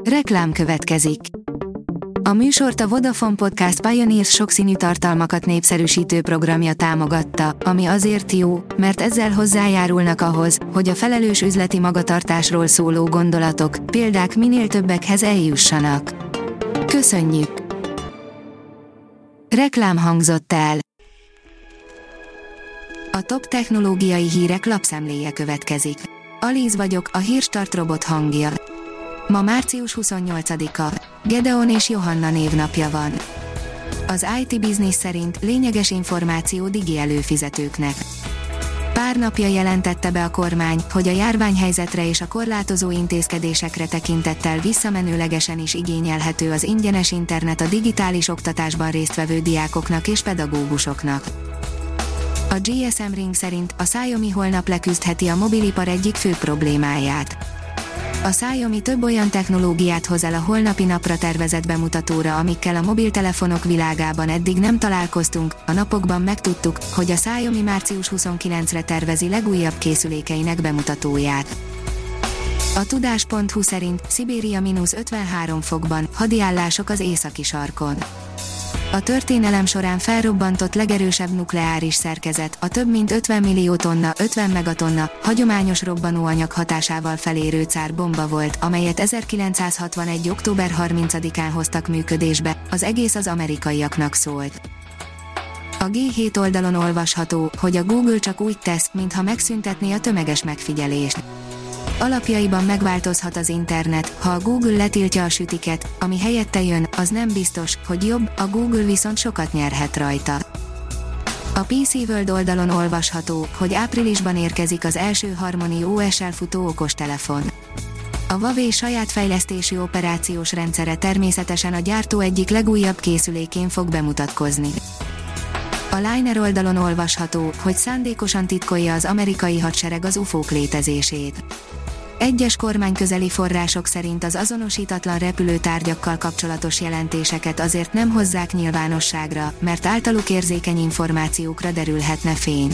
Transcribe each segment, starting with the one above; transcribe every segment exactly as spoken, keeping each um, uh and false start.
Reklám következik. A műsort a Vodafone Podcast Pioneers sokszínű tartalmakat népszerűsítő programja támogatta, ami azért jó, mert ezzel hozzájárulnak ahhoz, hogy a felelős üzleti magatartásról szóló gondolatok, példák minél többekhez eljussanak. Köszönjük! Reklám hangzott el. A top technológiai hírek lapszemléje következik. Alíz vagyok, a Hírstart robot hangja. Ma március huszonnyolcadika, Gedeon és Johanna névnapja van. Az i té Business szerint lényeges információ digi előfizetőknek. Pár napja jelentette be a kormány, hogy a járványhelyzetre és a korlátozó intézkedésekre tekintettel visszamenőlegesen is igényelhető az ingyenes internet a digitális oktatásban résztvevő diákoknak és pedagógusoknak. A gé es em Ring szerint a Xiaomi holnap leküzdheti a mobilipar egyik fő problémáját. A Xiaomi több olyan technológiát hoz el a holnapi napra tervezett bemutatóra, amikkel a mobiltelefonok világában eddig nem találkoztunk. A napokban megtudtuk, hogy a Xiaomi március huszonkilencedikére tervezi legújabb készülékeinek bemutatóját. A tudás pont hu szerint Szibéria mínusz ötvenhárom fokban, hadiállások az északi sarkon. A történelem során felrobbantott legerősebb nukleáris szerkezet, a több mint ötven millió tonna, ötven megatonna, hagyományos robbanóanyag hatásával felérő cár bomba volt, amelyet ezerkilencszázhatvanegy. október harmincadikán hoztak működésbe, az egész az amerikaiaknak szólt. A gé hét oldalon olvasható, hogy a Google csak úgy tesz, mintha megszüntetné a tömeges megfigyelést. Alapjaiban megváltozhat az internet, ha a Google letiltja a sütiket, ami helyette jön, az nem biztos, hogy jobb, a Google viszont sokat nyerhet rajta. A pé cé World oldalon olvasható, hogy áprilisban érkezik az első Harmony o es-sel futó okostelefon. A Huawei saját fejlesztésű operációs rendszere természetesen a gyártó egyik legújabb készülékén fog bemutatkozni. A Liner oldalon olvasható, hogy szándékosan titkolja az amerikai hadsereg az ufók létezését. Egyes kormányközeli források szerint az azonosítatlan repülőtárgyakkal kapcsolatos jelentéseket azért nem hozzák nyilvánosságra, mert általuk érzékeny információkra derülhetne fény.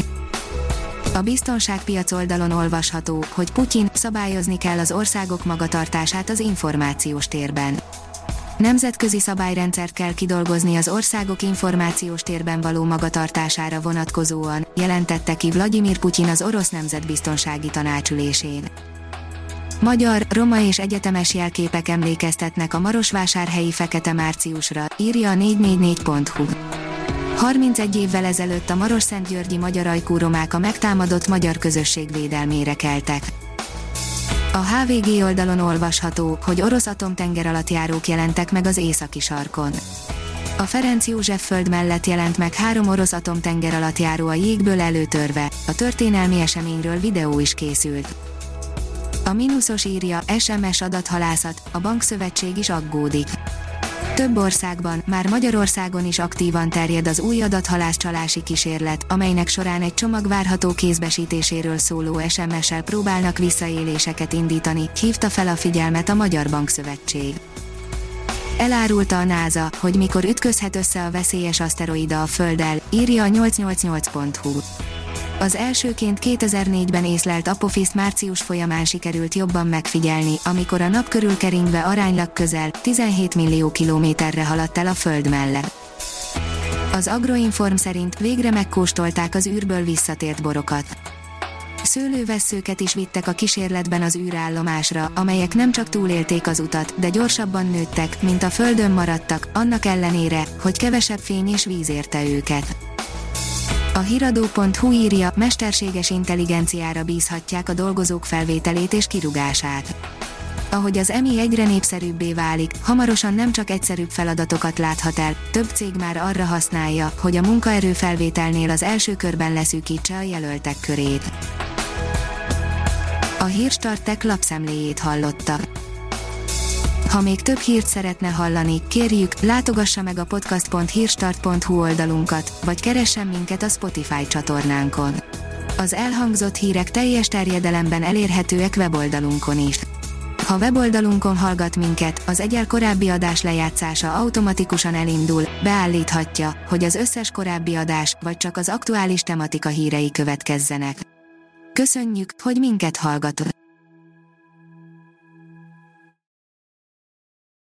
A biztonságpiac oldalon olvasható, hogy Putyin szabályozni kell az országok magatartását az információs térben. Nemzetközi szabályrendszert kell kidolgozni az országok információs térben való magatartására vonatkozóan, jelentette ki Vladimir Putyin az orosz nemzetbiztonsági tanácsülésén. Magyar, roma és egyetemes jelképek emlékeztetnek a marosvásárhelyi fekete márciusra, írja a négy négy négy pont hu. harmincegy évvel ezelőtt a marosszentgyörgyi magyar ajkú romák a megtámadott magyar közösség védelmére keltek. A há vé gé oldalon olvasható, hogy orosz atomtengeralattjárók jelentek meg az északi sarkon. A Ferenc József föld mellett jelent meg három orosz atomtengeralattjáró a jégből előtörve, a történelmi eseményről videó is készült. A mínuszos írja, es em es adathalászat, a bankszövetség is aggódik. Több országban, már Magyarországon is aktívan terjed az új adathalász csalási kísérlet, amelynek során egy csomag várható kézbesítéséről szóló es em es-sel próbálnak visszaéléseket indítani, hívta fel a figyelmet a Magyar Bankszövetség. Elárulta a NASA, hogy mikor ütközhet össze a veszélyes aszteroida a Földdel, írja a nyolcszáznyolcvannyolc pont hu. Az elsőként kétezer-négyben észlelt Apofiszt március folyamán sikerült jobban megfigyelni, amikor a nap körül keringve aránylag közel, tizenhét millió kilométerre haladt el a Föld mellett. Az Agroinform szerint végre megkóstolták az űrből visszatért borokat. Szőlővesszőket is vittek a kísérletben az űrállomásra, amelyek nem csak túlélték az utat, de gyorsabban nőttek, mint a Földön maradtak, annak ellenére, hogy kevesebb fény és víz érte őket. A hiradó pont hu írja, mesterséges intelligenciára bízhatják a dolgozók felvételét és kirúgását. Ahogy az em i egyre népszerűbbé válik, hamarosan nem csak egyszerűbb feladatokat láthat el, több cég már arra használja, hogy a munkaerő felvételnél az első körben leszűkítse a jelöltek körét. A Hírstart Tech lapszemléjét hallotta. Ha még több hírt szeretne hallani, kérjük, látogassa meg a podcast pont hírstart pont hu oldalunkat, vagy keressen minket a Spotify csatornánkon. Az elhangzott hírek teljes terjedelemben elérhetőek weboldalunkon is. Ha weboldalunkon hallgat minket, az egyel korábbi adás lejátszása automatikusan elindul, beállíthatja, hogy az összes korábbi adás, vagy csak az aktuális tematika hírei következzenek. Köszönjük, hogy minket hallgatott!